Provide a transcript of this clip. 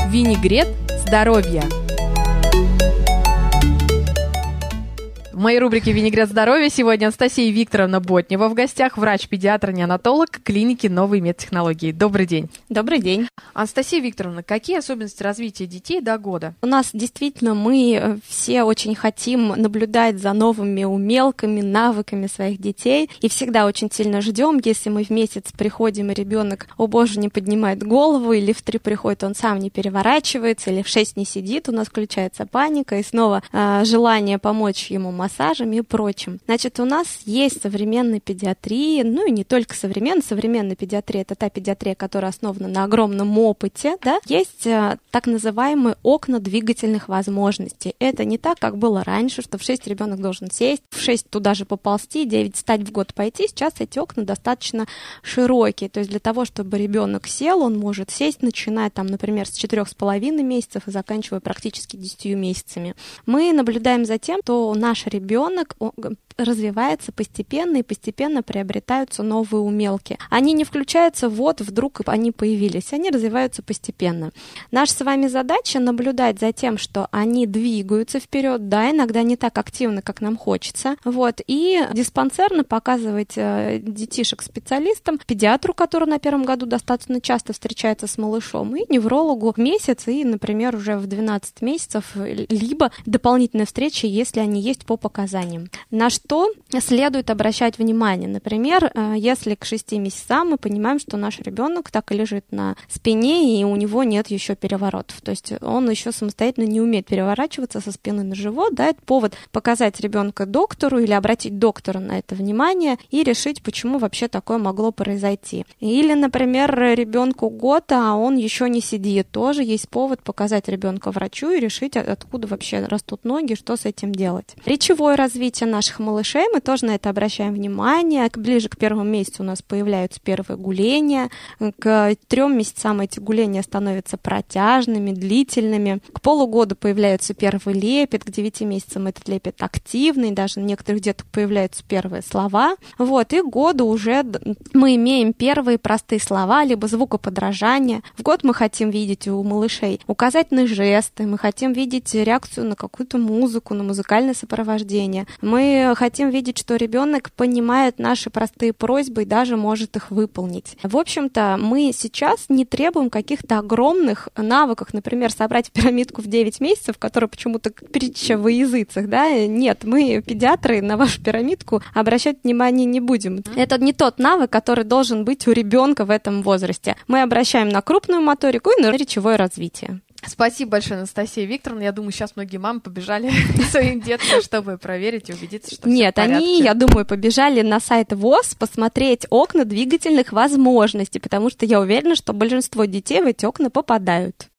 Винегрет здоровья. В моей рубрике «Винегрет здоровья» сегодня Анастасия Викторовна Ботнева в гостях, врач-педиатр-неонатолог клиники «Новые медтехнологии». Добрый день. Добрый день. Анастасия Викторовна, какие особенности развития детей до года? У нас действительно мы все очень хотим наблюдать за новыми умелками, навыками своих детей, и всегда очень сильно ждем, если мы в месяц приходим, и ребенок, о боже, не поднимает голову, или в 3 приходит, он сам не переворачивается, или в 6 не сидит, у нас включается паника, и снова желание помочь ему массажами и прочим. Значит, у нас есть современная педиатрия, ну и не только современная педиатрия, это та педиатрия, которая основана на огромном опыте, да, есть так называемые окна двигательных возможностей. Это не так, как было раньше, что в 6 ребенок должен сесть, в 6 туда же поползти, 9 встать в год пойти. Сейчас эти окна достаточно широкие, то есть для того, чтобы ребенок сел, он может сесть, начиная там, например, с 4,5 месяцев и заканчивая практически 10 месяцами. Мы наблюдаем за тем, что наш ребенок развивается постепенно, и постепенно приобретаются новые умелки. Они не включаются, вот вдруг они появились, они развиваются постепенно. Наша с вами задача наблюдать за тем, что они двигаются вперед, да, иногда не так активно, как нам хочется, вот, и диспансерно показывать детишек специалистам, педиатру, который на 1-м году достаточно часто встречается с малышом, и неврологу в месяц, и, например, уже в 12 месяцев, либо дополнительные встречи, если они есть по показаниям. На что следует обращать внимание? Например, если к 6 месяцам мы понимаем, что наш ребенок так и лежит на спине, и у него нет еще переворотов, то есть он еще самостоятельно не умеет переворачиваться со спины на живот, да, это повод показать ребенка доктору или обратить доктора на это внимание и решить, почему вообще такое могло произойти. Или, например, ребенку год, а он еще не сидит, тоже есть повод показать ребенка врачу и решить, откуда вообще растут ноги, что с этим делать. Речевое развитие наших малышей, мы тоже на это обращаем внимание. Ближе к 1-му месяцу у нас появляются первые гуления. К 3 месяцам эти гуления становятся протяжными, длительными. К полугоду появляется первый лепет, к 9 месяцам этот лепет активный, даже у некоторых деток появляются первые слова. Вот, и к году уже мы имеем первые простые слова, либо звукоподражания. В год мы хотим видеть у малышей указательные жесты, мы хотим видеть реакцию на какую-то музыку, на музыкальное сопровождение. Мы хотим видеть, что ребенок понимает наши простые просьбы и даже может их выполнить. В общем-то, мы сейчас не требуем каких-то огромных навыков, например, собрать пирамидку в 9 месяцев, которая почему-то притча во языцах, да? Нет, мы, педиатры, на вашу пирамидку обращать внимание не будем. Это не тот навык, который должен быть у ребенка в этом возрасте. Мы обращаем на крупную моторику и на речевое развитие. Спасибо большое, Анастасия Викторовна. Я думаю, сейчас многие мамы побежали к своим деткам, чтобы проверить и убедиться, что Нет, все в порядке. они, я думаю, побежали на сайт ВОЗ посмотреть окна двигательных возможностей, потому что я уверена, что большинство детей в эти окна попадают.